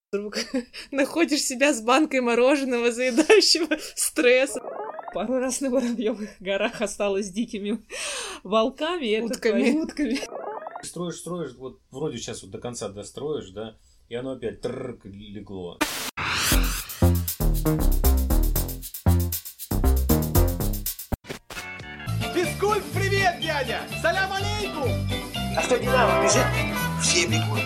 Вдруг находишь себя с банкой мороженого, заедающего стресс. Пару раз на Воробьевых горах осталась дикими волками, утками. Строишь, вот вроде сейчас вот до конца достроишь, да, и оно опять легло. Физкульт, привет, дядя! Салям алейкум! А что Динамо бежит? Все бегут.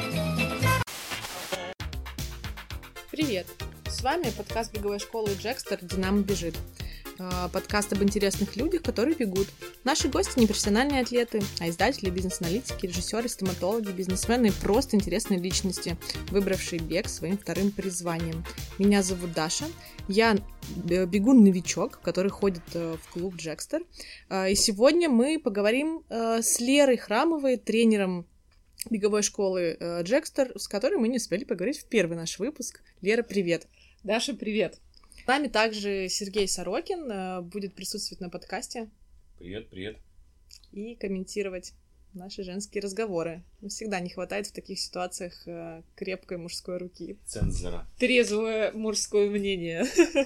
Привет! С вами подкаст беговой школы Джекстер «Динамо бежит». Подкаст об интересных людях, которые бегут. Наши гости не профессиональные атлеты, а издатели, бизнес-аналитики, режиссеры, стоматологи, бизнесмены и просто интересные личности, выбравшие бег своим вторым призванием. Меня зовут Даша, я бегун-новичок, который ходит в клуб Джекстер. И сегодня мы поговорим с Лерой Храмовой, тренером беговой школы Джекстер, с которой мы не успели поговорить в первый наш выпуск. Лера, привет! Даша, привет! С нами также Сергей Сорокин будет присутствовать на подкасте. Привет. И комментировать наши женские разговоры. Всегда не хватает в таких ситуациях крепкой мужской руки. Цензора. Трезвое мужское мнение.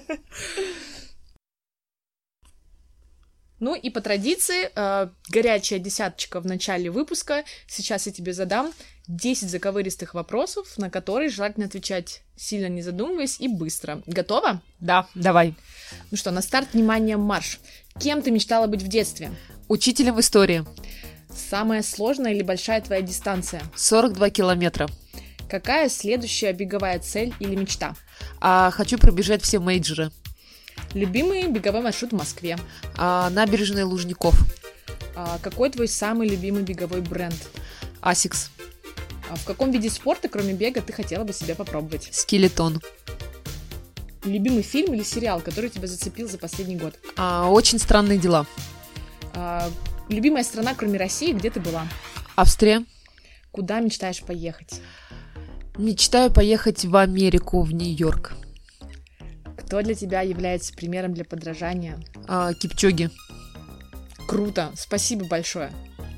Ну и по традиции, горячая десяточка в начале выпуска. Сейчас я тебе задам 10 заковыристых вопросов, на которые желательно отвечать сильно не задумываясь и быстро. Готова? Да, давай. Ну что, на старт, внимание, марш. Кем ты мечтала быть в детстве? Учителем истории. Самая сложная или большая твоя дистанция? 42 километра. Какая следующая беговая цель или мечта? Хочу пробежать все мейджоры. Любимый беговой маршрут в Москве? Набережная Лужников. Какой твой самый любимый беговой бренд? Асикс. В каком виде спорта, кроме бега, ты хотела бы себя попробовать? Скелетон. Любимый фильм или сериал, который тебя зацепил за последний год? Очень странные дела. Любимая страна, кроме России, где ты была? Австрия. Куда мечтаешь поехать? Мечтаю поехать в Америку, в Нью-Йорк. Кто для тебя является примером для подражания? Кипчоги. Круто, спасибо большое.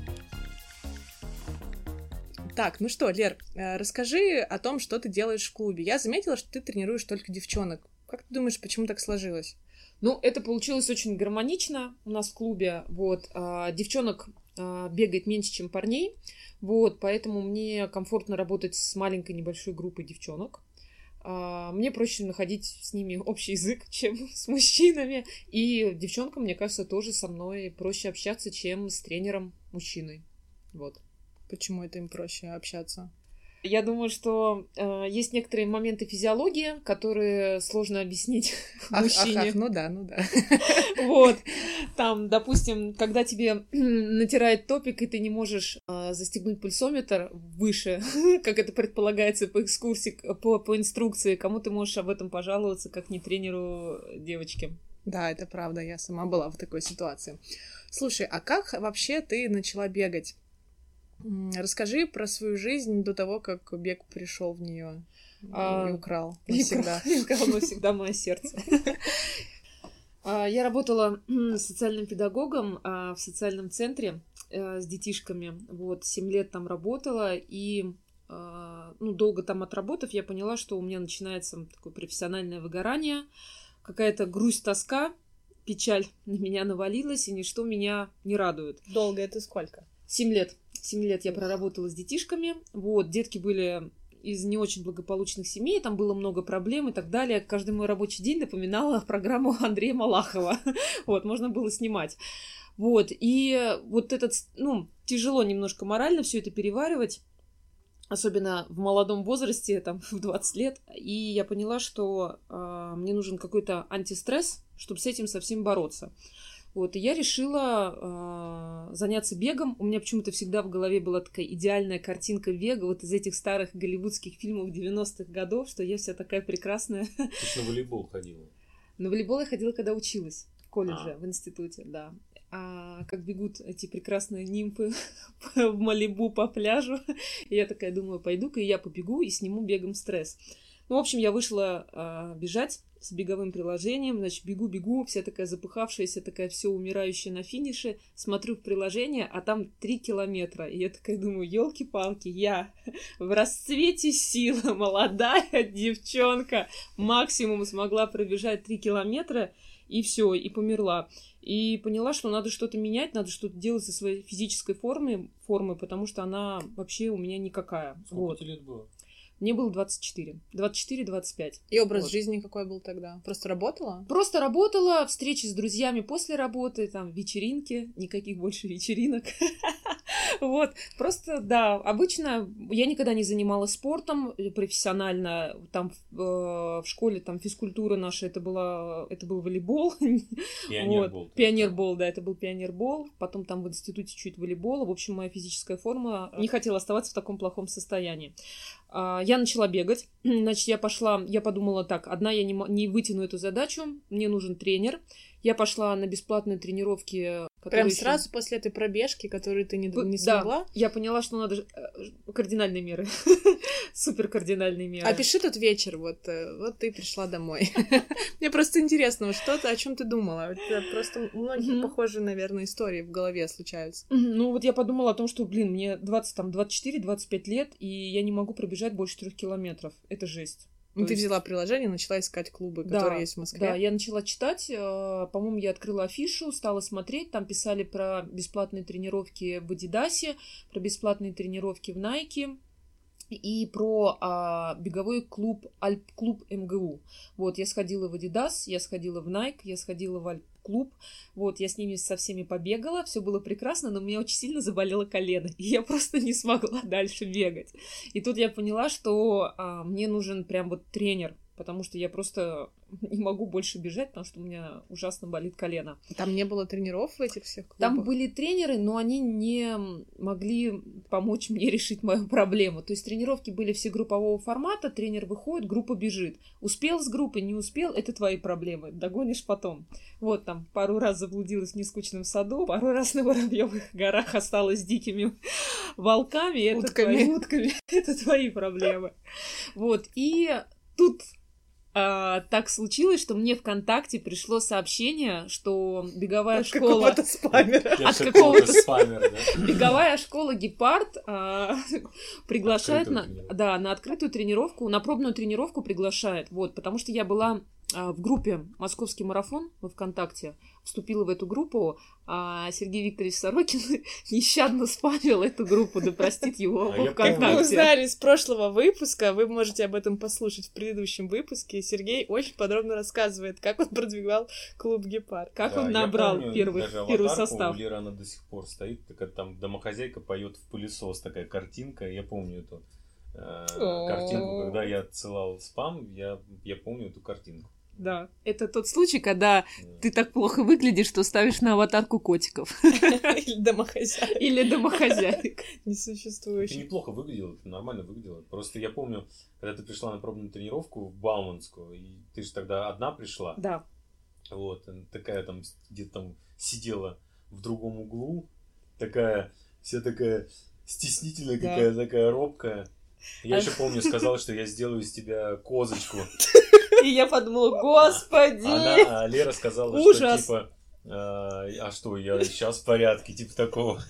Так, ну что, Лер, расскажи о том, что ты делаешь в клубе. Я заметила, что ты тренируешь только девчонок. Как ты думаешь, почему так сложилось? Ну, это получилось очень гармонично у нас в клубе. Вот, девчонок бегает меньше, чем парней. Вот, поэтому мне комфортно работать с маленькой небольшой группой девчонок. Мне проще находить с ними общий язык, чем с мужчинами. И девчонкам, мне кажется, тоже со мной проще общаться, чем с тренером-мужчиной. Вот. Почему это им проще общаться? Я думаю, что есть некоторые моменты физиологии, которые сложно объяснить мужчине. Ну да. Вот. Там, допустим, когда тебе натирает топик, и ты не можешь застегнуть пульсометр выше, как это предполагается по экскурсии, по инструкции, кому ты можешь об этом пожаловаться, как не тренеру девочки. Да, это правда, я сама была в такой ситуации. Слушай, а как вообще ты начала бегать? Расскажи про свою жизнь до того, как бег пришел в нее и украл навсегда. Украл навсегда мое сердце. Я работала социальным педагогом в социальном центре с детишками. Вот, 7 лет там работала, и долго там отработав, я поняла, что у меня начинается такое профессиональное выгорание, какая-то грусть, тоска, печаль на меня навалилась, и ничто меня не радует. Долго это сколько? 7 лет. 7 лет я проработала с детишками. Вот, детки были из не очень благополучных семей, там было много проблем и так далее. Каждый мой рабочий день напоминала программу Андрея Малахова. Вот, можно было снимать. Вот, и вот этот, тяжело немножко морально все это переваривать, особенно в молодом возрасте, там, в 20 лет. И я поняла, что мне нужен какой-то антистресс, чтобы с этим совсем бороться. Вот, и я решила заняться бегом. У меня почему-то всегда в голове была такая идеальная картинка бега, вот из этих старых голливудских фильмов 90-х годов, что я вся такая прекрасная. Ты на волейбол ходила? На волейбол я ходила, когда училась в колледже, в институте, да. А как бегут эти прекрасные нимфы в Малибу по пляжу, и я такая думаю, пойду-ка и я побегу и сниму бегом стресс. Ну, в общем, я вышла бежать с беговым приложением, значит, бегу, вся такая запыхавшаяся, такая все умирающая на финише, смотрю в приложение, а там 3 километра, и я такая думаю, елки-палки, я в расцвете сил, молодая девчонка, максимум смогла пробежать 3 километра, и все, и померла. И поняла, что надо что-то менять, надо что-то делать со своей физической формой, потому что она вообще у меня никакая. Сколько тебе лет было? Мне было 24. 24-25. И образ жизни какой был тогда? Просто работала? Просто работала, встречи с друзьями после работы, там, вечеринки, никаких больше вечеринок. Вот, просто, да, обычно я никогда не занималась спортом профессионально, там в школе там физкультура наша, это был волейбол. Пионербол. Пионербол, да, это был пионербол, потом там в институте чуть волейбола, в общем, моя физическая форма не хотела оставаться в таком плохом состоянии. Я начала бегать, значит, я подумала так, одна я не вытяну эту задачу, мне нужен тренер. Я пошла на бесплатные тренировки. Прям сразу после этой пробежки, которую ты не смогла? Да, я поняла, что надо кардинальные меры. Супер кардинальные меры. Опиши тот вечер, вот ты пришла домой. Мне просто интересно, о чем ты думала? Это просто у многих похожие, наверное, истории в голове случаются. Ну вот я подумала о том, что, мне 24-25 лет, и я не могу пробежать больше 3 километров. Это жесть. Ты взяла приложение, начала искать клубы, которые есть в Москве. Да, я начала читать. По-моему, я открыла афишу, стала смотреть. Там писали про бесплатные тренировки в Адидасе, про бесплатные тренировки в Найке и про беговой клуб Альп-клуб МГУ. Вот, я сходила в Адидас, я сходила в Найк, я сходила в Альп-клуб. Вот, я с ними со всеми побегала, все было прекрасно, но у меня очень сильно заболело колено, и я просто не смогла дальше бегать. И тут я поняла, что мне нужен прям вот тренер, потому что я просто не могу больше бежать, потому что у меня ужасно болит колено. Там не было тренеров в этих всех клубах? Там были тренеры, но они не могли помочь мне решить мою проблему. То есть тренировки были все группового формата, тренер выходит, группа бежит. Успел с группой, не успел, это твои проблемы, догонишь потом. Вот там пару раз заблудилась в нескучном саду, пару раз на Воробьевых горах осталась с дикими волками, утками. Это твои проблемы. Вот, и тут так случилось, что мне ВКонтакте пришло сообщение, что беговая школа... От какого-то спамера. Беговая школа «Гепард» приглашает на открытую тренировку, на пробную тренировку приглашает. Вот, потому что я была в группе «Московский марафон» во ВКонтакте, вступила в эту группу, а Сергей Викторович Сорокин нещадно спамил эту группу, да простит его во ВКонтакте. Мы узнали из прошлого выпуска, вы можете об этом послушать в предыдущем выпуске. Сергей очень подробно рассказывает, как он продвигал клуб «Гепард». Как он набрал первый состав. У Леры она до сих пор стоит, такая там домохозяйка поет в пылесос, такая картинка, я помню эту картинку, когда я отсылал спам, я помню эту картинку. Да, это тот случай, когда ты так плохо выглядишь, что ставишь на аватарку котиков. Или домохозяек. Или домохозяек. Несуществующих. Ты неплохо выглядела, ты нормально выглядела. Просто я помню, когда ты пришла на пробную тренировку в Бауманскую, и ты же тогда одна пришла. Да. Вот, такая там, где-то там сидела в другом углу, такая, вся такая стеснительная, какая такая робкая. Я еще помню, сказала, что я сделаю из тебя козочку. И я подумала, господи! А Лера сказала, ужас. Что типа, а что, я сейчас в порядке, типа такого.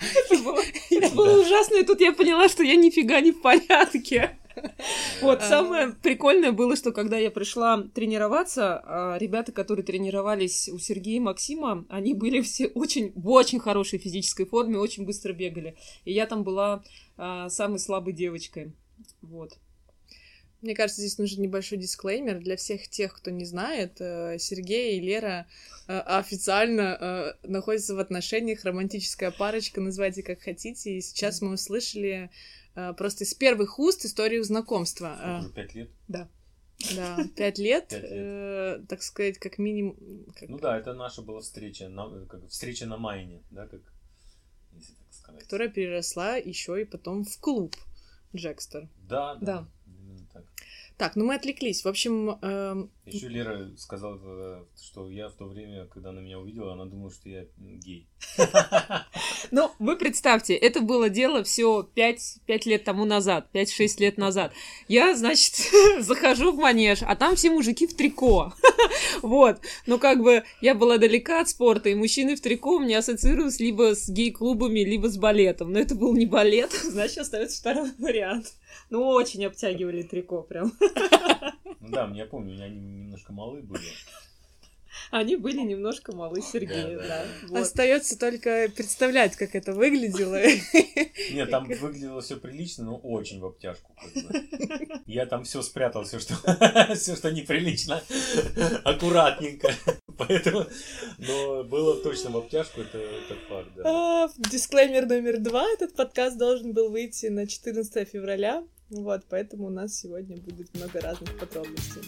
Это было ужасно, и тут я поняла, что я нифига не в порядке. Вот, самое прикольное было, что когда я пришла тренироваться, ребята, которые тренировались у Сергея и Максима, они были все в очень хорошей физической форме, очень быстро бегали. И я там была самой слабой девочкой. Вот. Мне кажется, здесь нужен небольшой дисклеймер для всех тех, кто не знает. Сергей и Лера официально находятся в отношениях, романтическая парочка, называйте как хотите. И сейчас мы услышали просто из первых уст историю знакомства. Уже 5 лет? Да. Да, 5 лет, так сказать, как минимум... Ну да, это наша была встреча, встреча на Майне, да, как, если так сказать. Которая переросла еще и потом в клуб Джекстер. Да. Так, ну мы отвлеклись. В общем, Еще Лера сказала, что я в то время, когда она меня увидела, она думала, что я гей. Ну, вы представьте, это было дело все 5 лет тому назад, 5-6 лет назад. Я, значит, захожу в манеж, а там все мужики в трико. Вот. Но как бы я была далека от спорта, и мужчины в трико у меня ассоциируются либо с гей-клубами, либо с балетом. Но это был не балет, значит, остается второй вариант. Ну, очень обтягивали трико прям. Ну да, я помню, у меня они немножко малы были. Они были немножко малы Сергея, да. Вот. Остается только представлять, как это выглядело. Нет, там выглядело все прилично, но очень в обтяжку. Я там все спрятал, все, что неприлично, аккуратненько. Поэтому, но было точно в обтяжку, это факт, да. Дисклеймер номер 2. Этот подкаст должен был выйти на 14 февраля. Вот, поэтому у нас сегодня будет много разных подробностей.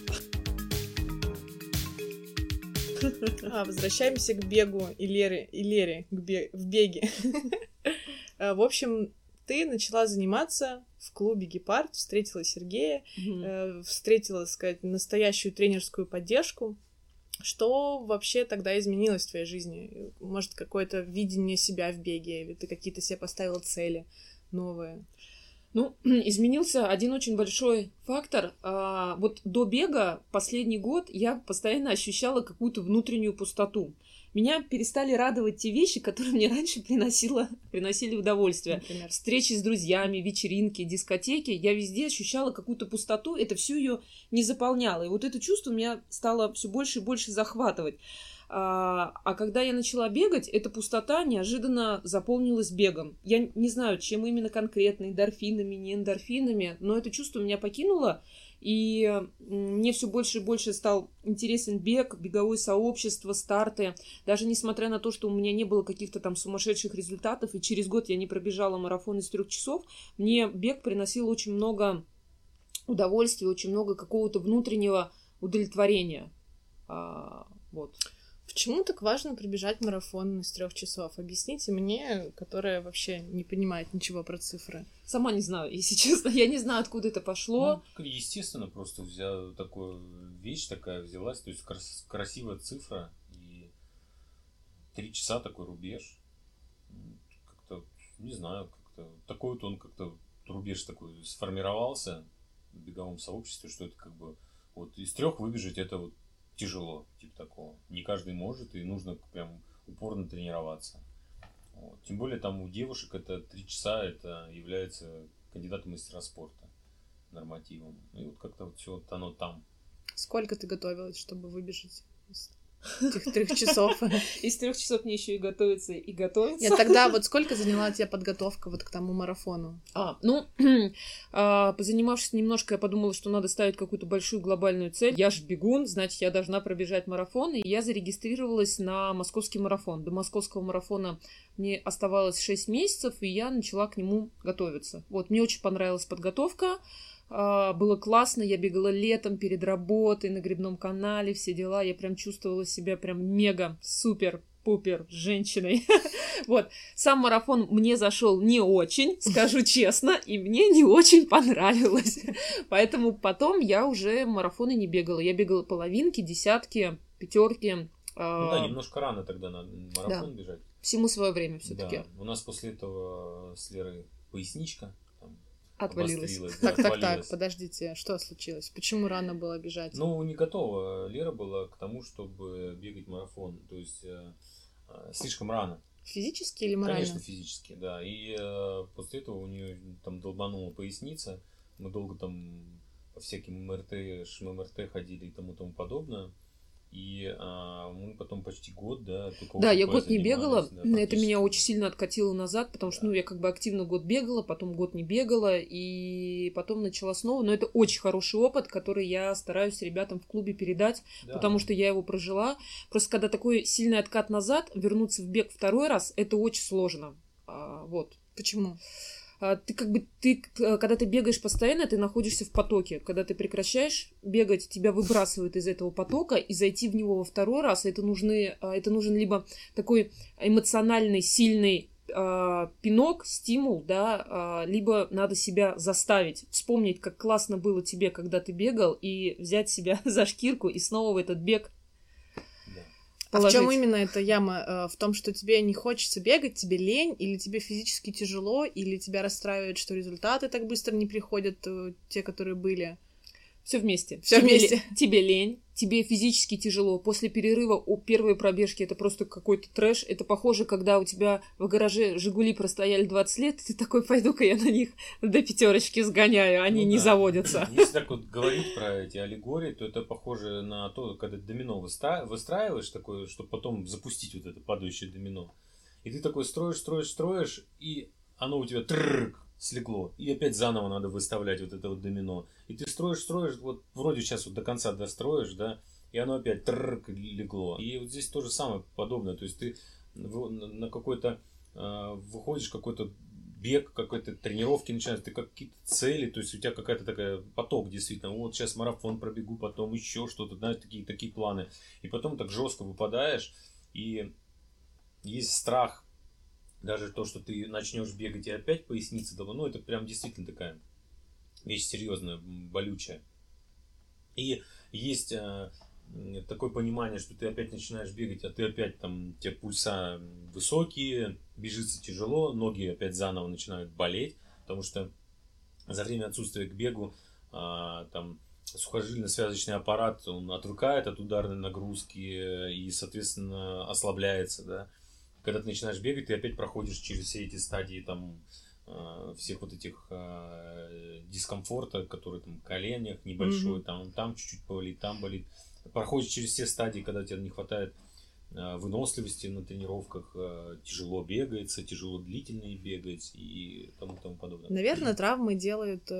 Возвращаемся к бегу и Лере в беге. В общем, ты начала заниматься в клубе «Гепард», встретила Сергея, встретила, так сказать, настоящую тренерскую поддержку. Что вообще тогда изменилось в твоей жизни? Может, какое-то видение себя в беге, или ты какие-то себе поставила цели новые? Ну, изменился один очень большой фактор. Вот до бега последний год я постоянно ощущала какую-то внутреннюю пустоту. Меня перестали радовать те вещи, которые мне раньше приносили удовольствие. Например? Встречи с друзьями, вечеринки, дискотеки. Я везде ощущала какую-то пустоту, это все ее не заполняло. И вот это чувство меня стало все больше и больше захватывать. А когда я начала бегать, эта пустота неожиданно заполнилась бегом. Я не знаю, чем именно конкретно, эндорфинами, не эндорфинами, но это чувство меня покинуло, и мне все больше и больше стал интересен бег, беговое сообщество, старты. Даже несмотря на то, что у меня не было каких-то там сумасшедших результатов, и через год я не пробежала марафон из 3 часов, мне бег приносил очень много удовольствия, очень много какого-то внутреннего удовлетворения. Вот. Почему так важно пробежать марафон из 3 часов? Объясните мне, которая вообще не понимает ничего про цифры. Сама не знаю, если честно. Я не знаю, откуда это пошло. Ну, естественно, просто такую вещь такая взялась. То есть красивая цифра. И 3 часа такой рубеж. Как-то, не знаю, как-то такой вот он как-то рубеж такой сформировался в беговом сообществе, что это как бы вот из 3 выбежать это вот тяжело, типа такого. Не каждый может, и нужно прям упорно тренироваться. Вот. Тем более там у девушек это 3 часа, это является кандидатом в мастера спорта нормативом. И вот как-то вот все вот оно там. Сколько ты готовилась, чтобы выбежать из этих 3 часов? Из 3 часов мне еще и готовиться, и готовиться. Нет, тогда вот сколько заняла тебя подготовка вот к тому марафону? Позанимавшись немножко, я подумала, что надо ставить какую-то большую глобальную цель. Я же бегун, значит, я должна пробежать марафон, и я зарегистрировалась на московский марафон. До московского марафона мне оставалось 6 месяцев, и я начала к нему готовиться. Вот, мне очень понравилась подготовка. Было классно, я бегала летом перед работой на гребном канале, все дела, я прям чувствовала себя прям мега супер-пупер женщиной. Вот, сам марафон мне зашел не очень, скажу честно, и мне не очень понравилось. Поэтому потом я уже марафоны не бегала, я бегала половинки, десятки, пятерки. Ну да, немножко рано тогда на марафон бежать. Всему свое время все-таки. Да, у нас после этого с Лерой поясничка отвалилась. Так, подождите, что случилось? Почему рано было бежать? Ну, не готова Лера была к тому, чтобы бегать марафон. То есть, слишком рано. Физически или морально? Конечно, физически, да. И после этого у нее там долбанула поясница. Мы долго там по всяким МРТ, ШМРТ ходили и тому подобное. И мы потом почти год, Да, я год не бегала, это меня очень сильно откатило назад, потому что, я как бы активно год бегала, потом год не бегала, и потом начала снова, но это очень хороший опыт, который я стараюсь ребятам в клубе передать, потому что я его прожила. Просто когда такой сильный откат назад, вернуться в бег второй раз, это очень сложно. Вот. Почему? Когда ты бегаешь постоянно, ты находишься в потоке. Когда ты прекращаешь бегать, тебя выбрасывают из этого потока, и зайти в него во второй раз, это нужен либо такой эмоциональный, сильный пинок, стимул, да, либо надо себя заставить, вспомнить, как классно было тебе, когда ты бегал, и взять себя за шкирку и снова в этот бег положить. А в чем именно эта яма? В том, что тебе не хочется бегать, тебе лень, или тебе физически тяжело, или тебя расстраивает, что результаты так быстро не приходят, те, которые были? Все вместе. Все вместе. Тебе лень, тебе физически тяжело. После перерыва у первой пробежки это просто какой-то трэш. Это похоже, когда у тебя в гараже «Жигули» простояли 20 лет, и ты такой, пойду-ка я на них до 5 сгоняю, они не заводятся. Если так вот говорить про эти аллегории, то это похоже на то, когда домино выстраиваешь такое, чтобы потом запустить вот это падающее домино. И ты такой строишь, и оно у тебя слегло. И опять заново надо выставлять вот это вот домино. И ты строишь, вот вроде сейчас вот до конца достроишь, да, и оно опять легло. И вот здесь то же самое подобное. То есть ты на какой-то выходишь, какой-то бег, какой-то тренировки начинаешь, ты какие-то цели, то есть у тебя какая-то такая поток действительно. Вот сейчас марафон пробегу, потом еще что-то, знаешь, такие планы. И потом так жестко выпадаешь, и есть страх. Даже то, что ты начнешь бегать и опять поясница, ну это прям действительно такая вещь серьезная, болючая. И есть такое понимание, что ты опять начинаешь бегать, а ты опять там, у тебя пульса высокие, бежится тяжело, ноги опять заново начинают болеть, потому что за время отсутствия к бегу там сухожильно-связочный аппарат, он отвыкает от ударной нагрузки и, соответственно, ослабляется, да. Когда ты начинаешь бегать, ты опять проходишь через все эти стадии там, всех вот этих дискомфорта, которые там в коленях небольшой, там чуть-чуть болит, там болит. Проходишь через все стадии, когда тебе не хватает выносливости на тренировках, тяжело бегается, тяжело длительно бегать и тому подобное. Наверное, травмы делают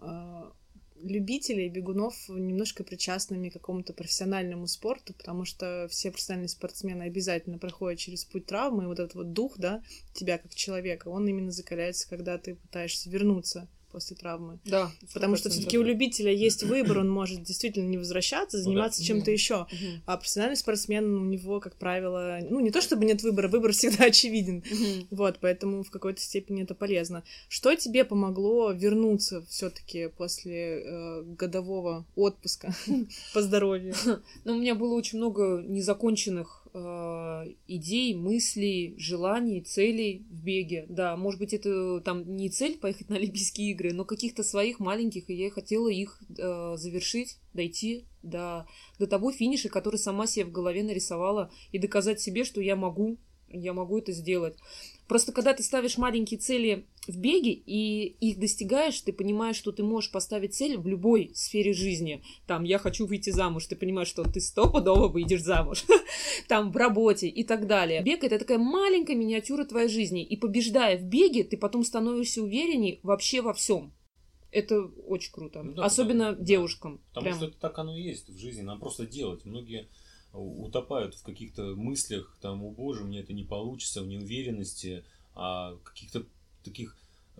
любителей бегунов немножко причастными к какому-то профессиональному спорту, потому что все профессиональные спортсмены обязательно проходят через путь травмы, и вот этот вот дух, да, тебя как человека, он именно закаляется, когда ты пытаешься вернуться после травмы. Да. Потому что все-таки у любителя есть выбор, он может действительно не возвращаться, заниматься чем-то еще. А профессиональный спортсмен, у него, как правило, не то чтобы нет выбора, выбор всегда очевиден. Вот, поэтому в какой-то степени это полезно. Что тебе помогло вернуться все-таки после годового отпуска по здоровью? У меня было очень много незаконченных идей, мыслей, желаний, целей в беге. Да, может быть, это там не цель поехать на Олимпийские игры, но каких-то своих маленьких, и я хотела их завершить, дойти до того финиша, который сама себе в голове нарисовала, и доказать себе, что я могу это сделать. Просто когда ты ставишь маленькие цели в беге и их достигаешь, ты понимаешь, что ты можешь поставить цель в любой сфере жизни. Там, я хочу выйти замуж, ты понимаешь, что ты стопудово выйдешь замуж. Там, в работе и так далее. Бег — это такая маленькая миниатюра твоей жизни. И побеждая в беге, ты потом становишься уверенней вообще во всем. Это очень круто. Ну, да, особенно да, девушкам. Потому прям. что это так оно и есть в жизни. Надо просто делать. Многие утопают в каких-то мыслях, там, о боже, мне это не получится, в неуверенности, о каких-то таких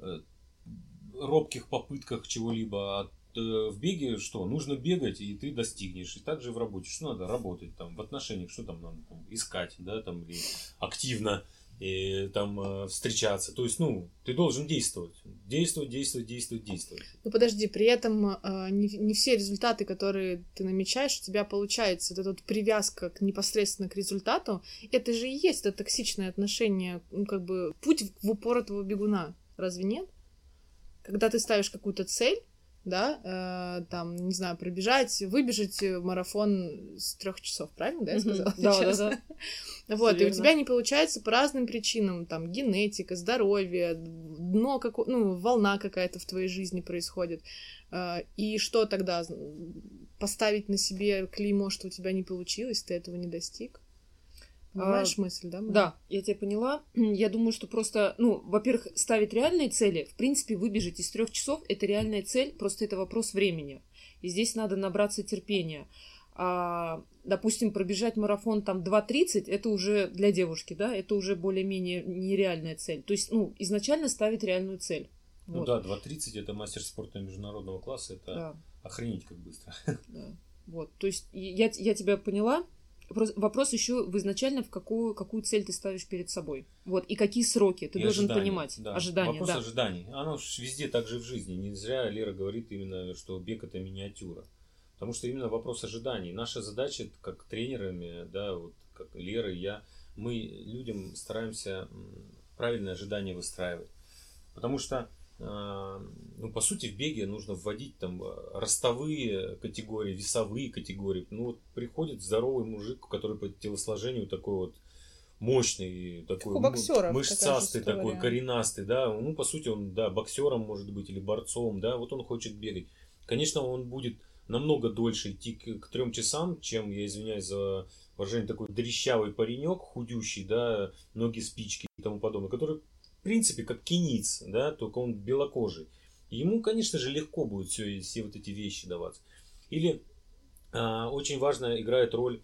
робких попытках чего-либо. В беге что? Нужно бегать, и ты достигнешь. И также в работе. Что надо работать? Там, в отношениях, что там надо искать, да, там, или активно и там встречаться. То есть, ты должен действовать. Действовать. Ну, подожди, при этом не все результаты, которые ты намечаешь, у тебя получается. Вот эта вот привязка непосредственно к результату, это же и есть это токсичное отношение, путь в упоротого бегуна. Разве нет? Когда ты ставишь какую-то цель, да, там, не знаю, выбежать марафон с 3 часов, правильно, да, я сказала? Да. Вот, и у тебя не получается по разным причинам, там, генетика, здоровье, дно, волна какая-то в твоей жизни происходит. И что тогда? Поставить на себе клеймо, что у тебя не получилось, ты этого не достиг? Понимаешь мысль, да? Да, я тебя поняла. Я думаю, что просто, во-первых, ставить реальные цели. В принципе, выбежать из 3 часов — это реальная цель, просто это вопрос времени. И здесь надо набраться терпения. Допустим, пробежать марафон там 2:30, это уже для девушки, да, это уже более-менее нереальная цель. То есть, изначально ставить реальную цель. Ну да, 2:30 это мастер спорта международного класса, это охренеть как быстро. Да. Вот, то есть я тебя поняла. Вопрос еще изначально, в какую цель ты ставишь перед собой. Вот, и какие сроки ты должен понимать. Да. Ожидания, вопрос да. ожиданий. Оно везде так же в жизни. Не зря Лера говорит именно, что бег это миниатюра. Потому что именно вопрос ожиданий. Наша задача, как тренерами, да, вот как Лера и я, мы людям стараемся правильное ожидание выстраивать. Потому что, ну, по сути, в беге нужно вводить там ростовые категории, весовые категории. Ну, вот приходит здоровый мужик, который по телосложению такой вот мощный, такой мышцастый, такой коренастый, да. Ну, по сути, он, да, боксером может быть или борцом, да, вот он хочет бегать. Конечно, он будет намного дольше идти к 3 часам, чем, я извиняюсь за выражение, такой дрищавый паренек, худющий, да, ноги спички и тому подобное, который, в принципе, как кениц, да, только он белокожий. И ему, конечно же, легко будет все вот эти вещи даваться. Или очень важно играет роль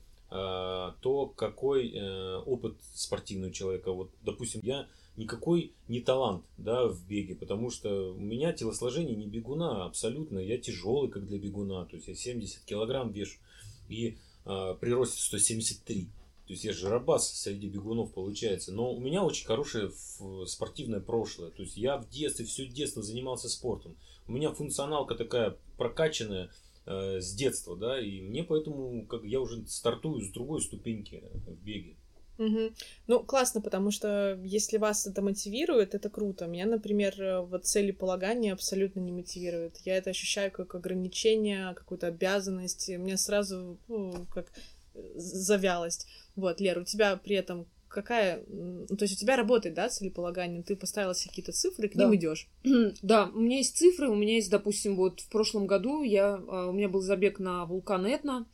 то, какой опыт спортивный у человека. Вот, допустим, я никакой не талант, да, в беге, потому что у меня телосложение не бегуна абсолютно. Я тяжелый, как для бегуна, то есть я 70 килограмм вешу и при росте 173. То есть я жиробас среди бегунов получается. Но у меня очень хорошее спортивное прошлое. То есть я в детстве, все детство занимался спортом. У меня функционалка такая прокачанная с детства, да, и мне поэтому я уже стартую с другой ступеньки в беге. Угу. Ну, классно, потому что если вас это мотивирует, это круто. Меня, например, вот целеполагание абсолютно не мотивирует. Я это ощущаю как ограничение, какую-то обязанность. И мне сразу как завялость. Вот, Лера, у тебя при этом какая... То есть у тебя работает, да, целеполагание? Ты поставила себе какие-то цифры, к ним идешь. Да, у меня есть цифры, у меня есть, допустим, вот в прошлом году у меня был забег на вулкан Этна,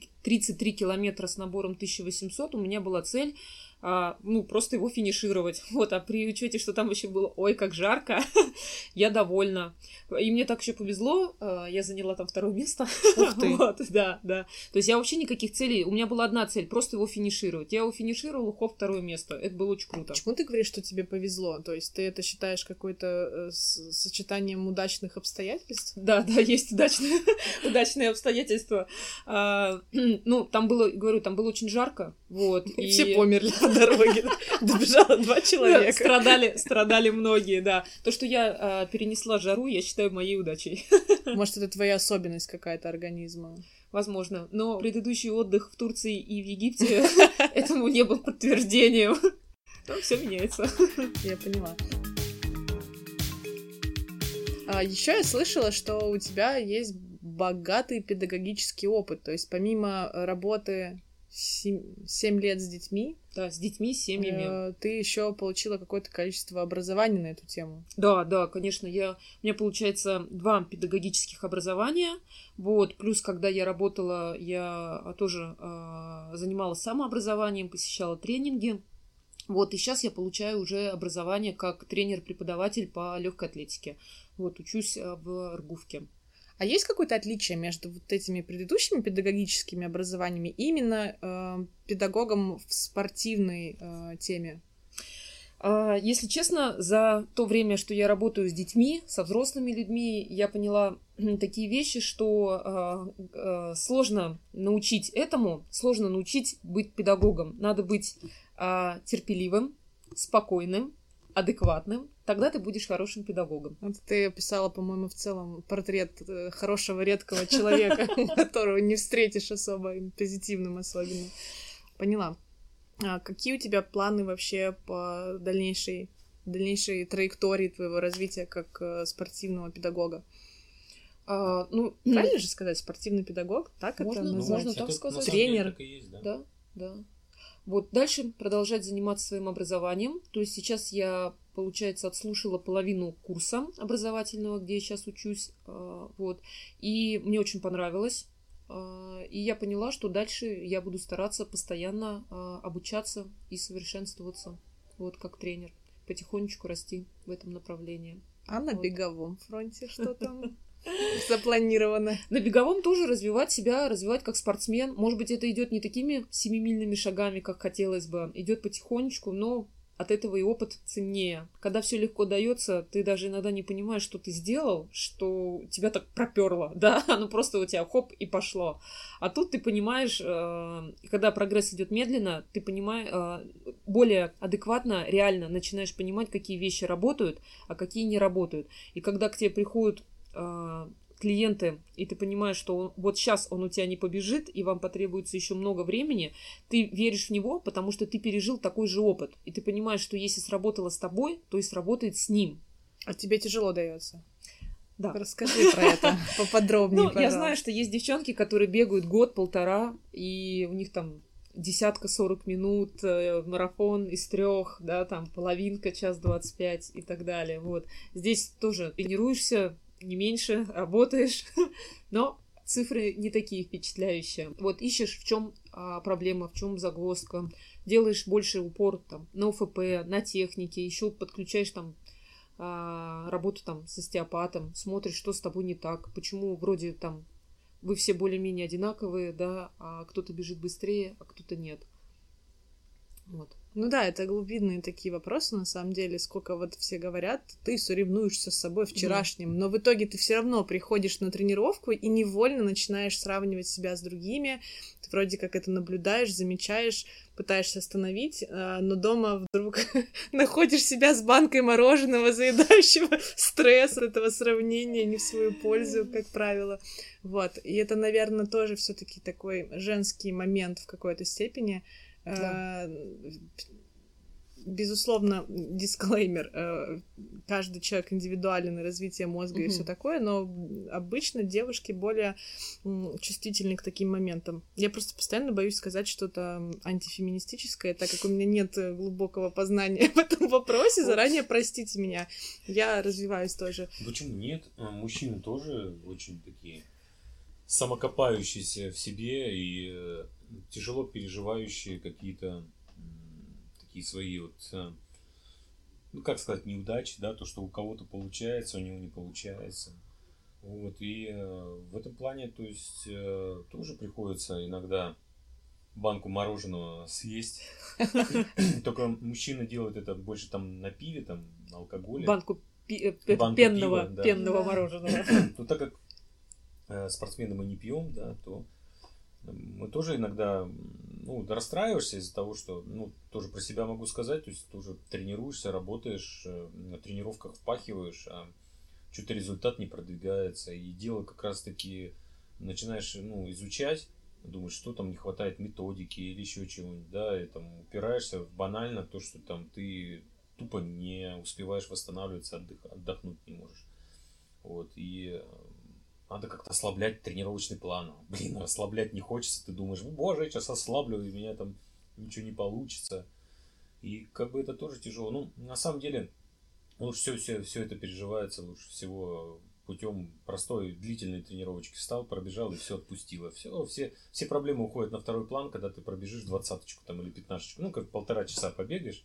33 километра с набором 1800, у меня была цель, просто его финишировать. Вот, а при учете, что там вообще было, ой, как жарко, я довольна. И мне так еще повезло, я заняла там 2 место. Ух ты. Вот, да. То есть я вообще никаких целей, у меня была одна цель, просто его финишировать. Я его финишировала, хоп, 2 место. Это было очень круто. Почему ты говоришь, что тебе повезло? То есть ты это считаешь какой-то сочетанием удачных обстоятельств? Да, есть удачные обстоятельства. Ну, там было, говорю, там было очень жарко. Вот, и все померли по дороге. Добежало 2 человека. Страдали многие, да. То, что я перенесла жару, я считаю моей удачей. Может, это твоя особенность какая-то организма? Возможно. Но предыдущий отдых в Турции и в Египте этому не был подтверждением. Там все меняется. Я поняла. Еще я слышала, что у тебя есть богатый педагогический опыт. То есть помимо работы 7 лет с детьми. Да, с детьми, с семьями. Ты еще получила какое-то количество образований на эту тему. Да, конечно. У меня получается 2 педагогических образования. Вот. Плюс, когда я работала, я тоже занималась самообразованием, посещала тренинги. Вот. И сейчас я получаю уже образование как тренер-преподаватель по легкой атлетике. Вот. Учусь в РГУФке. А есть какое-то отличие между вот этими предыдущими педагогическими образованиями и именно педагогом в спортивной теме? Если честно, за то время, что я работаю с детьми, со взрослыми людьми, я поняла такие вещи, что сложно научить этому, сложно научить быть педагогом. Надо быть терпеливым, спокойным, адекватным, тогда ты будешь хорошим педагогом. Вот ты описала, по-моему, в целом портрет хорошего, редкого человека, которого не встретишь особо, позитивным особенно. Поняла. А какие у тебя планы вообще по дальнейшей траектории твоего развития как спортивного педагога? Правильно же сказать, спортивный педагог? Так это называется? Можно так сказать. Тренер. Да. Вот дальше продолжать заниматься своим образованием. То есть сейчас я, получается, отслушала половину курса образовательного, где я сейчас учусь. Вот. И мне очень понравилось. И я поняла, что дальше я буду стараться постоянно обучаться и совершенствоваться. Вот как тренер. Потихонечку расти в этом направлении. А на беговом фронте что там запланировано? На беговом тоже развивать себя, развивать как спортсмен. Может быть, это идет не такими семимильными шагами, как хотелось бы. Идет потихонечку, но от этого и опыт ценнее. Когда все легко дается, ты даже иногда не понимаешь, что ты сделал, что тебя так проперло, да, оно просто у тебя хоп и пошло. А тут ты понимаешь, когда прогресс идет медленно, ты понимаешь, более адекватно, реально начинаешь понимать, какие вещи работают, а какие не работают. И когда к тебе приходят клиенты, и ты понимаешь, что вот сейчас он у тебя не побежит, и вам потребуется еще много времени, ты веришь в него, потому что ты пережил такой же опыт. И ты понимаешь, что если сработало с тобой, то и сработает с ним. А тебе тяжело дается? Да. Расскажи про это поподробнее, пожалуйста. Я знаю, что есть девчонки, которые бегают год-полтора, и у них там 40 минут, марафон из 3, да, там половинка, 1:25 и так далее. Вот. Здесь тоже тренируешься, не меньше, работаешь, но цифры не такие впечатляющие. Вот ищешь, в чем проблема, в чем загвоздка, делаешь больше упор там, на ОФП, на технике, еще подключаешь там работу там с остеопатом, смотришь, что с тобой не так, почему вроде там вы все более-менее одинаковые, да, а кто-то бежит быстрее, а кто-то нет. Вот. Ну да, это глубинные такие вопросы, на самом деле, сколько вот все говорят, ты соревнуешься с собой вчерашним, но в итоге ты все равно приходишь на тренировку и невольно начинаешь сравнивать себя с другими, ты вроде как это наблюдаешь, замечаешь, пытаешься остановить, но дома вдруг находишь себя с банкой мороженого, заедающего стресс от этого сравнения не в свою пользу, как правило. Вот, и это, наверное, тоже все-таки такой женский момент в какой-то степени. Да. Безусловно, дисклеймер, каждый человек индивидуален, развитие мозга и все такое, но обычно девушки более чувствительны к таким моментам. Я просто постоянно боюсь сказать что-то антифеминистическое, так как у меня нет глубокого познания в этом вопросе, заранее простите меня, я развиваюсь тоже. Почему нет? Мужчины тоже очень такие самокопающиеся в себе и тяжело переживающие какие-то такие свои вот, ну как сказать, неудачи, да, то, что у кого-то получается, у него не получается. Вот, и в этом плане, то есть, тоже приходится иногда банку мороженого съесть. Только мужчины делают это больше там на пиве, там, на алкоголе. Банку пенного мороженого. Ну, так как спортсмены мы не пьем, да, то мы тоже иногда, ну, расстраиваешься из-за того, что, ну, тоже про себя могу сказать, то есть тоже тренируешься, работаешь, на тренировках впахиваешь, а что-то результат не продвигается, и дело как раз-таки начинаешь, ну, изучать, думаешь, что там не хватает методики или еще чего-нибудь, да, и там упираешься в банально то, что там ты тупо не успеваешь восстанавливаться, отдохнуть не можешь. Вот, и надо как-то ослаблять тренировочный план. Блин, ослаблять не хочется. Ты думаешь, боже, я сейчас ослаблю, и у меня там ничего не получится. И как бы это тоже тяжело. Ну, на самом деле, все это переживается лучше всего путем простой, длительной тренировочки. Встал, пробежал и все отпустило. Все проблемы уходят на второй план, когда ты пробежишь 20-очку там, или 15-очку. Ну, как 1,5 часа побегаешь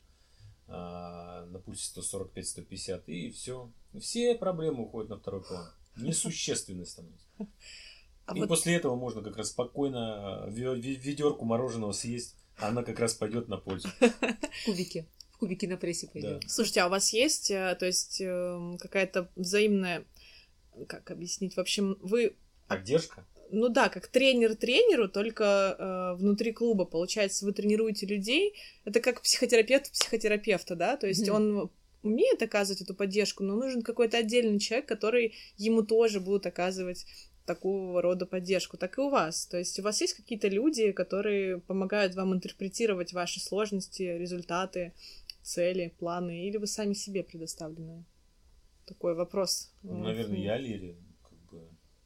на пульсе 145-150, и все. Все проблемы уходят на второй план. Несущественно становится. И вот после этого можно как раз спокойно ведерку мороженого съесть, а она как раз пойдет на пользу. В кубике на прессе пойдет. Да. Слушайте, а у вас есть, то есть, какая-то взаимная, как объяснить, в общем, вы... Поддержка? Ну да, как тренер тренеру, только внутри клуба. Получается, вы тренируете людей. Это как психотерапевт психотерапевта, да? То есть он умеет оказывать эту поддержку, но нужен какой-то отдельный человек, который ему тоже будет оказывать такого рода поддержку, так и у вас. То есть у вас есть какие-то люди, которые помогают вам интерпретировать ваши сложности, результаты, цели, планы, или вы сами себе предоставлены? Такой вопрос. Наверное, я, Лерия, как бы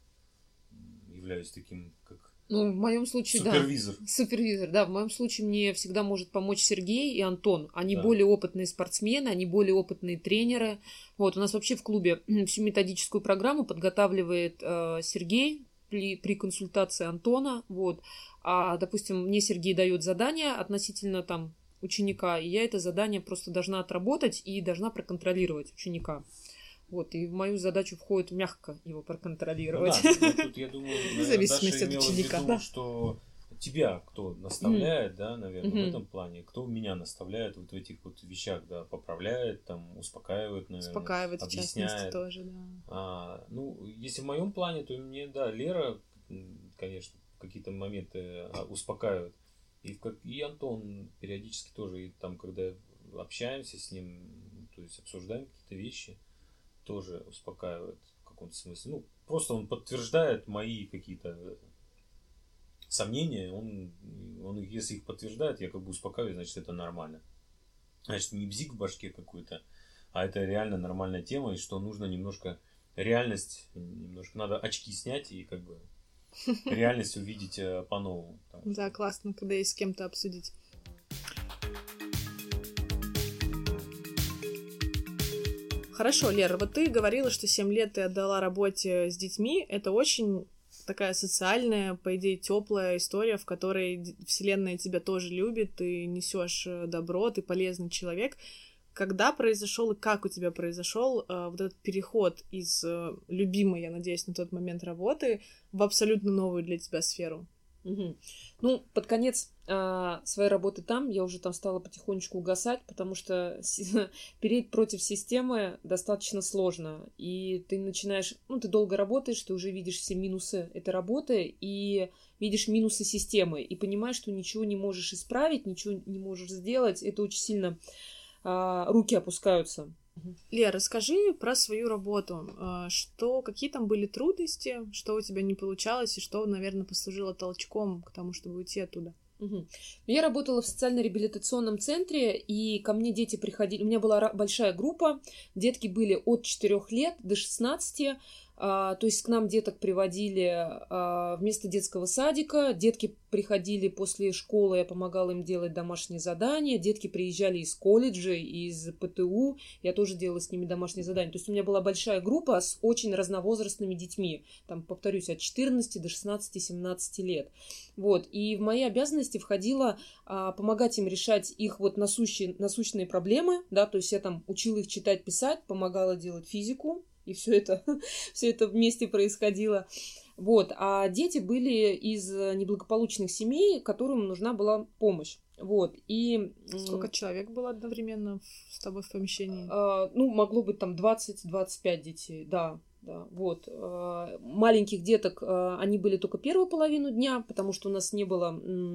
являюсь таким, как ну, в моем случае, супервизор. Да. Супервизор, да. В моем случае мне всегда может помочь Сергей и Антон. Они более опытные спортсмены, они более опытные тренеры. Вот, у нас вообще в клубе всю методическую программу подготавливает Сергей при консультации Антона. Вот. А, допустим, мне Сергей дает задание относительно там ученика, и я это задание просто должна отработать и должна проконтролировать ученика. Вот, и в мою задачу входит мягко его проконтролировать. Ну, да, тут, я думаю, в зависимости от ученика. Что тебя кто наставляет, да, наверное, в этом плане, кто меня наставляет вот в этих вот вещах, да, поправляет, там, успокаивает, наверное, Успокаивает, объясняет. В частности, тоже, да. Ну, если в моем плане, то мне, да, Лера, конечно, в какие-то моменты успокаивает. И Антон периодически тоже, и там, когда общаемся с ним, то есть обсуждаем какие-то вещи, тоже успокаивает в каком-то смысле. Ну, просто он подтверждает мои какие-то сомнения, он если их подтверждает, я как бы успокаиваюсь, значит, это нормально. Значит, не бзик в башке какой-то, а это реально нормальная тема, и что нужно немножко надо очки снять и как бы реальность увидеть по-новому. Да, классно, когда есть с кем-то обсудить. Хорошо, Лера, вот ты говорила, что 7 лет ты отдала работе с детьми. Это очень такая социальная, по идее, теплая история, в которой Вселенная тебя тоже любит, ты несешь добро, ты полезный человек. Когда произошел и как у тебя произошел вот этот переход из любимой, я надеюсь, на тот момент работы в абсолютно новую для тебя сферу? Угу. Ну, под конец своей работы там я уже там стала потихонечку угасать, потому что переть против системы достаточно сложно. И ты начинаешь, ты долго работаешь, ты уже видишь все минусы этой работы и видишь минусы системы, и понимаешь, что ничего не можешь исправить, ничего не можешь сделать. Это очень сильно руки опускаются. Лера, расскажи про свою работу. Какие там были трудности, что у тебя не получалось, и что, наверное, послужило толчком к тому, чтобы уйти оттуда? Я работала в социально-реабилитационном центре, и ко мне дети приходили. У меня была большая группа, детки были от 4 лет до 16. То есть к нам деток приводили вместо детского садика, детки приходили после школы, я помогала им делать домашние задания, детки приезжали из колледжа, из ПТУ, я тоже делала с ними домашние задания. То есть у меня была большая группа с очень разновозрастными детьми, там, повторюсь, от 14 до 16-17 лет. Вот. И в мои обязанности входило помогать им решать их вот насущные проблемы, да, то есть я там учила их читать, писать, помогала делать физику, и все это вместе происходило. Вот. А дети были из неблагополучных семей, которым нужна была помощь. Вот. И сколько человек было одновременно с тобой в помещении? Могло быть там 20-25 детей, да. Да, вот. Маленьких деток, они были только первую половину дня, потому что у нас не было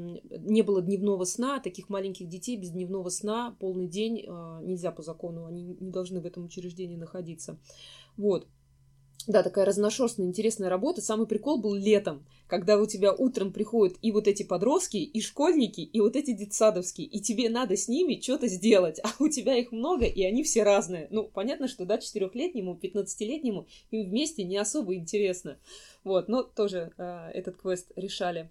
дневного сна. Таких маленьких детей без дневного сна полный день нельзя по закону, они не должны в этом учреждении находиться. Вот. Да, такая разношерстная, интересная работа. Самый прикол был летом, когда у тебя утром приходят и вот эти подростки, и школьники, и вот эти детсадовские, и тебе надо с ними что-то сделать, а у тебя их много, и они все разные. Ну, понятно, что, да, 4-летнему, 15-летнему им вместе не особо интересно. Вот, но тоже этот квест решали.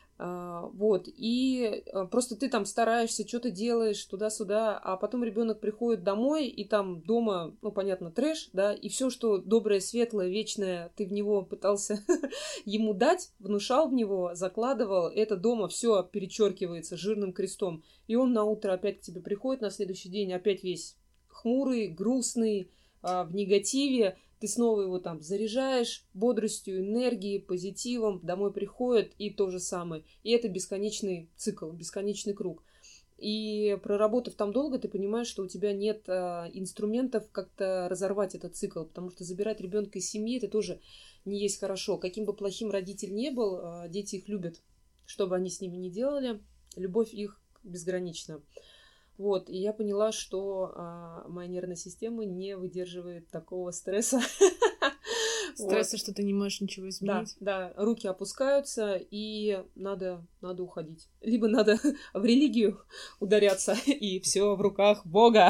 Вот, и просто ты там стараешься, что-то делаешь туда-сюда, а потом ребенок приходит домой, и там дома, понятно, трэш, да, и все, что доброе, светлое, вечное, ты в него пытался ему дать, внушал в него, закладывал, это дома все перечеркивается жирным крестом, и он на утро опять к тебе приходит, на следующий день опять весь хмурый, грустный, в негативе. Ты снова его там заряжаешь бодростью, энергией, позитивом, домой приходит, и то же самое. И это бесконечный цикл, бесконечный круг. И проработав там долго, ты понимаешь, что у тебя нет инструментов как-то разорвать этот цикл, потому что забирать ребенка из семьи, это тоже не есть хорошо. Каким бы плохим родитель ни был, дети их любят. Что бы они с ними ни делали, любовь их безгранична. Вот, и я поняла, что моя нервная система не выдерживает такого стресса. Стресса, что ты не можешь ничего изменить. Да, руки опускаются, и надо уходить. Либо надо в религию ударяться, и все в руках Бога.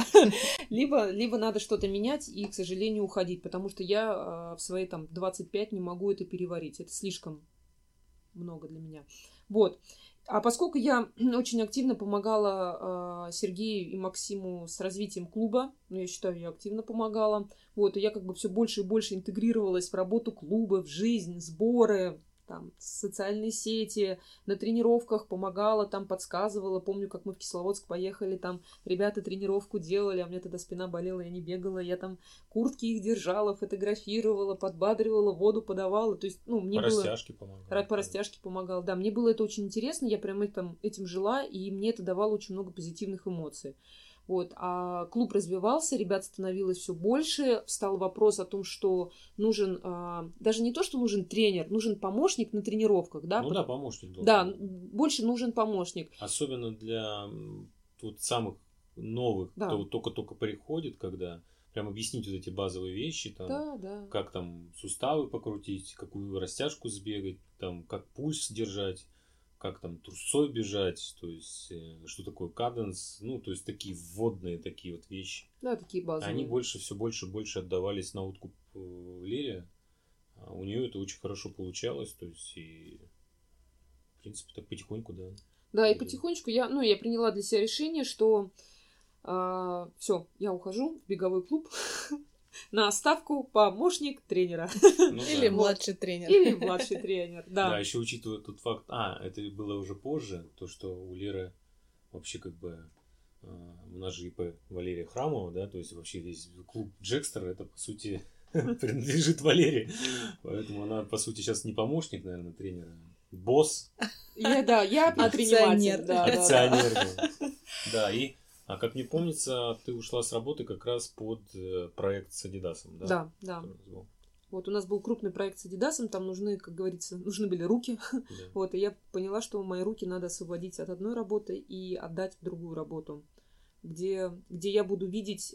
Либо надо что-то менять и, к сожалению, уходить, потому что я в свои там 25 не могу это переварить. Это слишком много для меня. Вот. А поскольку я очень активно помогала Сергею и Максиму с развитием клуба, я считаю, я активно помогала, вот, и я как бы все больше и больше интегрировалась в работу клуба, в жизнь, сборы, там, социальные сети, на тренировках помогала, там, подсказывала. Помню, как мы в Кисловодск поехали, там, ребята тренировку делали, а у меня тогда спина болела, я не бегала, я там куртки их держала, фотографировала, подбадривала, воду подавала. То есть, ну, мне по было... растяжке помогала. По растяжке помогала. Да, мне было это очень интересно, я прям этим жила, и мне это давало очень много позитивных эмоций. Вот. А клуб развивался, ребят становилось все больше. Встал вопрос о том, что нужен, даже не то, что нужен тренер, нужен помощник на тренировках. Да, ну да, помощник должен. Да, больше нужен помощник. Особенно для тут самых новых, Да. кто только-только приходит, когда прям объяснить вот эти базовые вещи, там, Да. как там суставы покрутить, какую растяжку сбегать, там, как пульс держать, как там трусцой бежать, то есть что такое каденс, ну, то есть такие вводные такие вот вещи. Да, такие базовые. Они все больше и больше отдавались на откуп Лере. А у нее это очень хорошо получалось, то есть и в принципе так потихоньку, да. Да, и потихонечку я приняла для себя решение, что все, я ухожу в беговой клуб на ставку помощник тренера. Ну, Или да. младший тренер. Или младший тренер, Да, да. еще учитывая тот факт, это было уже позже, то, что у Леры вообще как бы, у нас же ИП Валерия Храмова, да, то есть вообще весь клуб Джекстер, это по сути принадлежит Валерии, поэтому она по сути сейчас не помощник, наверное, тренера, босс. Я предприниматель. Акционер. Да, как мне помнится, ты ушла с работы как раз под проект с Адидасом, да? Да. Вот у нас был крупный проект с Адидасом, там нужны, как говорится, нужны были руки. Да. Вот, и я поняла, что мои руки надо освободить от одной работы и отдать в другую работу, где я буду видеть,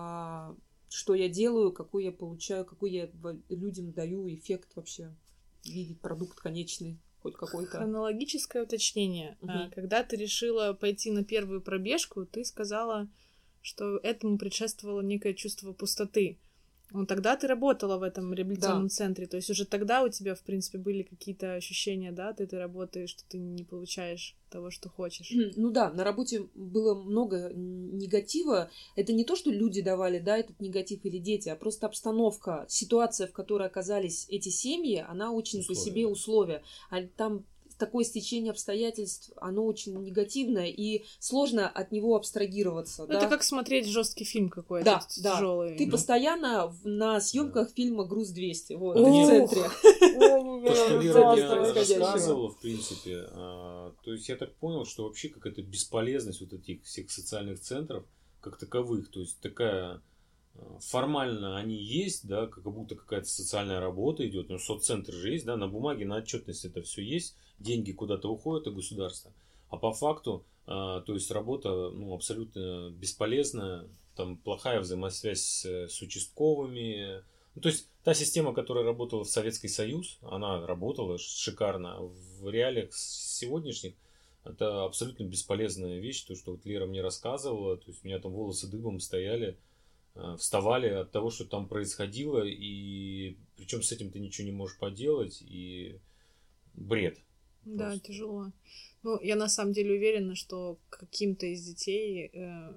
что я делаю, какой я получаю, какой я людям даю эффект вообще, видеть продукт конечный. Хоть какой-то. Хронологическое уточнение. Мгм. Когда ты решила пойти на первую пробежку, ты сказала, что этому предшествовало некое чувство пустоты. Ну, тогда ты работала в этом реабилитационном центре, то есть уже тогда у тебя, в принципе, были какие-то ощущения, да, от этой работы, что ты не получаешь того, что хочешь. Ну да, на работе было много негатива. Это не то, что люди давали, да, этот негатив или дети, а просто обстановка, ситуация, в которой оказались эти семьи, она очень по себе условия. А там такое стечение обстоятельств, оно очень негативное, и сложно от него абстрагироваться. Ну, да? это как смотреть жесткий фильм какой-то, Да. тяжелый. Ты постоянно на съемках фильма «Груз-200», вот, Это не- в центре. То, что Лера мне происходящего. рассказывала, в принципе, то есть я так понял, что вообще какая-то бесполезность вот этих всех социальных центров как таковых, то есть такая формально они есть, да, как будто какая-то социальная работа идет, но соццентр же есть, да, на бумаге, на отчетности это все есть, деньги куда-то уходят от государства, а по факту, то есть работа, ну, абсолютно бесполезная, там плохая взаимосвязь с участковыми, ну, то есть та система, которая работала в Советский Союз, она работала шикарно, а в реалиях сегодняшних это абсолютно бесполезная вещь, то, что вот Лера мне рассказывала, то есть у меня там волосы дыбом стояли, вставали от того, что там происходило, и причем с этим ты ничего не можешь поделать, и бред. Да, Просто. тяжело. Ну, я на самом деле уверена, что каким-то из детей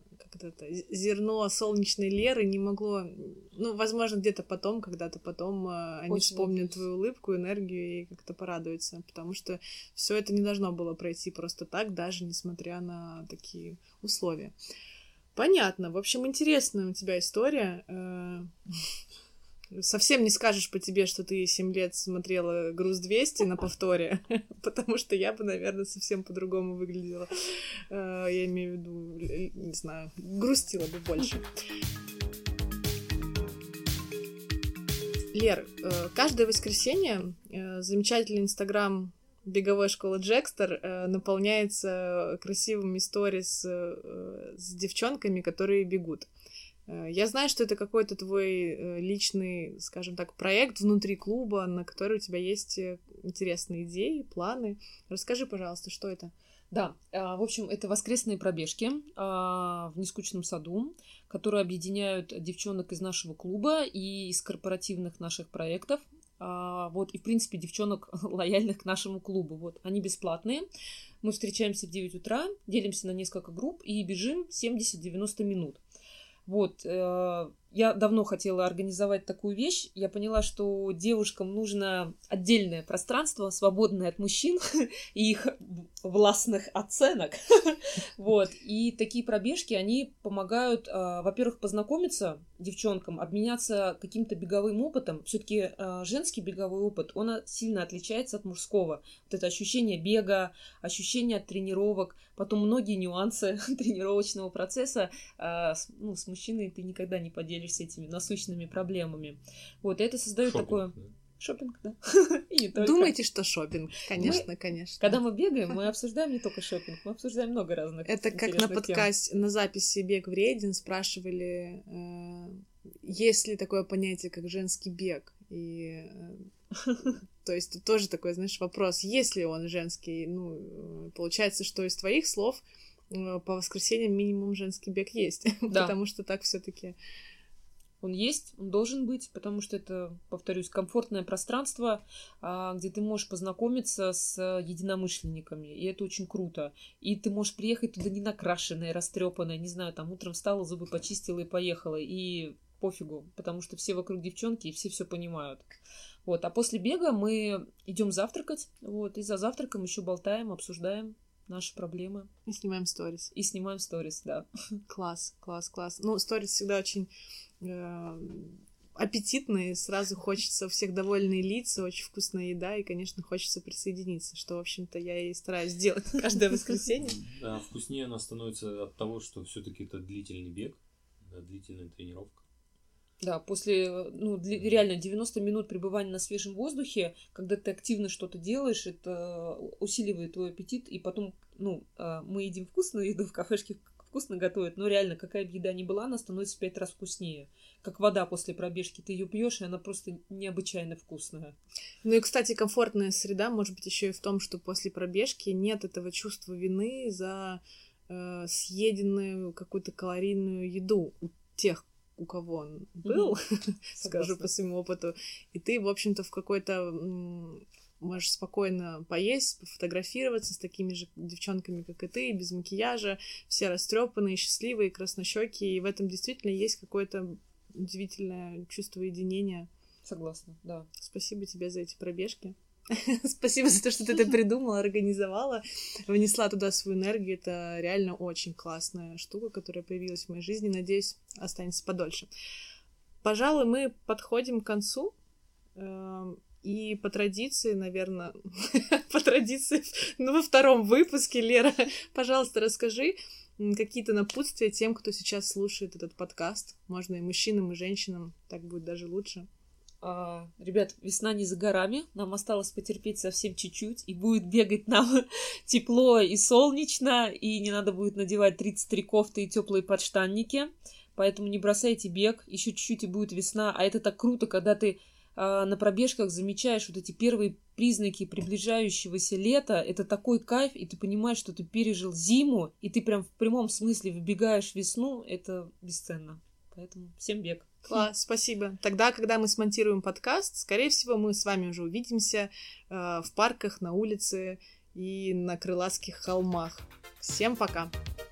зерно солнечной Леры не могло... Ну, возможно, где-то потом, когда-то потом они Очень вспомнят надеюсь. твою улыбку, энергию и как-то порадуются, потому что все это не должно было пройти просто так, даже несмотря на такие условия. Понятно. В общем, интересная у тебя история. Совсем не скажешь по тебе, что ты 7 лет смотрела «Груз-200» на повторе, потому что я бы, наверное, совсем по-другому выглядела. Я имею в виду, не знаю, грустила бы больше. Лер, каждое воскресенье замечательный инстаграм беговой школы Джекстер наполняется красивыми сторис с девчонками, которые бегут. Я знаю, что это какой-то твой личный, скажем так, проект внутри клуба, на который у тебя есть интересные идеи, планы. Расскажи, пожалуйста, что это? Да, в общем, это воскресные пробежки в нескучном саду, которые объединяют девчонок из нашего клуба и из корпоративных наших проектов. Вот, и, в принципе, девчонок, лояльных к нашему клубу. Вот, они бесплатные. Мы встречаемся в 9 утра, делимся на несколько групп и бежим 70-90 минут. Вот, Я давно хотела организовать такую вещь. Я поняла, что девушкам нужно отдельное пространство, свободное от мужчин и их властных оценок. Вот. И такие пробежки, они помогают, во-первых, познакомиться девчонкам, обменяться каким-то беговым опытом. Все-таки женский беговой опыт, он сильно отличается от мужского. Вот это ощущение бега, ощущение от тренировок, потом многие нюансы тренировочного процесса. С мужчиной ты никогда не поделишься этими насущными проблемами. Вот, это создает такое... Шопинг, да. И не только. Думайте, что шопинг, конечно, конечно. Когда мы бегаем, мы обсуждаем не только шопинг, мы обсуждаем много разных. Это как на подкасте, на записи «Бег вреден» спрашивали, есть ли такое понятие, как женский бег. И то есть тут тоже такой, знаешь, вопрос, есть ли он женский. Ну, получается, что из твоих слов по воскресеньям минимум женский бег есть, да. Потому что так все-таки он есть, он должен быть, потому что это, повторюсь, комфортное пространство, где ты можешь познакомиться с единомышленниками, и это очень круто. И ты можешь приехать туда не накрашенная, растрепанная, не знаю, там утром встала, зубы почистила и поехала, и пофигу, потому что все вокруг девчонки, и все понимают. Вот, а после бега мы идем завтракать, вот, и за завтраком еще болтаем, обсуждаем наши проблемы. И снимаем сторис. И снимаем сторис, да. Класс. Ну, сторис всегда очень аппетитные, сразу хочется у всех довольные лица, очень вкусная еда, и, конечно, хочется присоединиться, что, в общем-то, я и стараюсь делать каждое воскресенье. Да, вкуснее она становится от того, что все-таки это длительный бег, длительная тренировка. Да, после, реально 90 минут пребывания на свежем воздухе, когда ты активно что-то делаешь, это усиливает твой аппетит, и потом, мы едим вкусную еду в кафешке, вкусно готовят, но реально, какая бы еда ни была, она становится в 5 раз вкуснее. Как вода после пробежки, ты ее пьешь, и она просто необычайно вкусная. Ну и, кстати, комфортная среда может быть еще и в том, что после пробежки нет этого чувства вины за съеденную какую-то калорийную еду у тех, у кого он был, скажу по своему опыту, и ты, в общем-то, в какой-то можешь спокойно поесть, пофотографироваться с такими же девчонками, как и ты, без макияжа, все растрепанные, счастливые, краснощёкие, и в этом действительно есть какое-то удивительное чувство единения. Согласна, да. Спасибо тебе за эти пробежки. Спасибо за то, что ты это придумала, организовала, внесла туда свою энергию. Это реально очень классная штука, которая появилась в моей жизни. Надеюсь, останется подольше. Пожалуй, мы подходим к концу. И по традиции, наверное, во втором выпуске, Лера, пожалуйста, расскажи какие-то напутствия тем, кто сейчас слушает этот подкаст. Можно и мужчинам, и женщинам, так будет даже лучше. Ребят, весна не за горами, нам осталось потерпеть совсем чуть-чуть, и будет бегать нам тепло и солнечно, и не надо будет надевать 33 кофты и теплые подштанники, поэтому не бросайте бег, еще чуть-чуть и будет весна, а это так круто, когда ты на пробежках замечаешь вот эти первые признаки приближающегося лета, это такой кайф, и ты понимаешь, что ты пережил зиму, и ты прям в прямом смысле выбегаешь в весну, это бесценно. Поэтому всем бег. Класс, спасибо. Тогда, когда мы смонтируем подкаст, скорее всего, мы с вами уже увидимся в парках, на улице и на Крылатских холмах. Всем пока!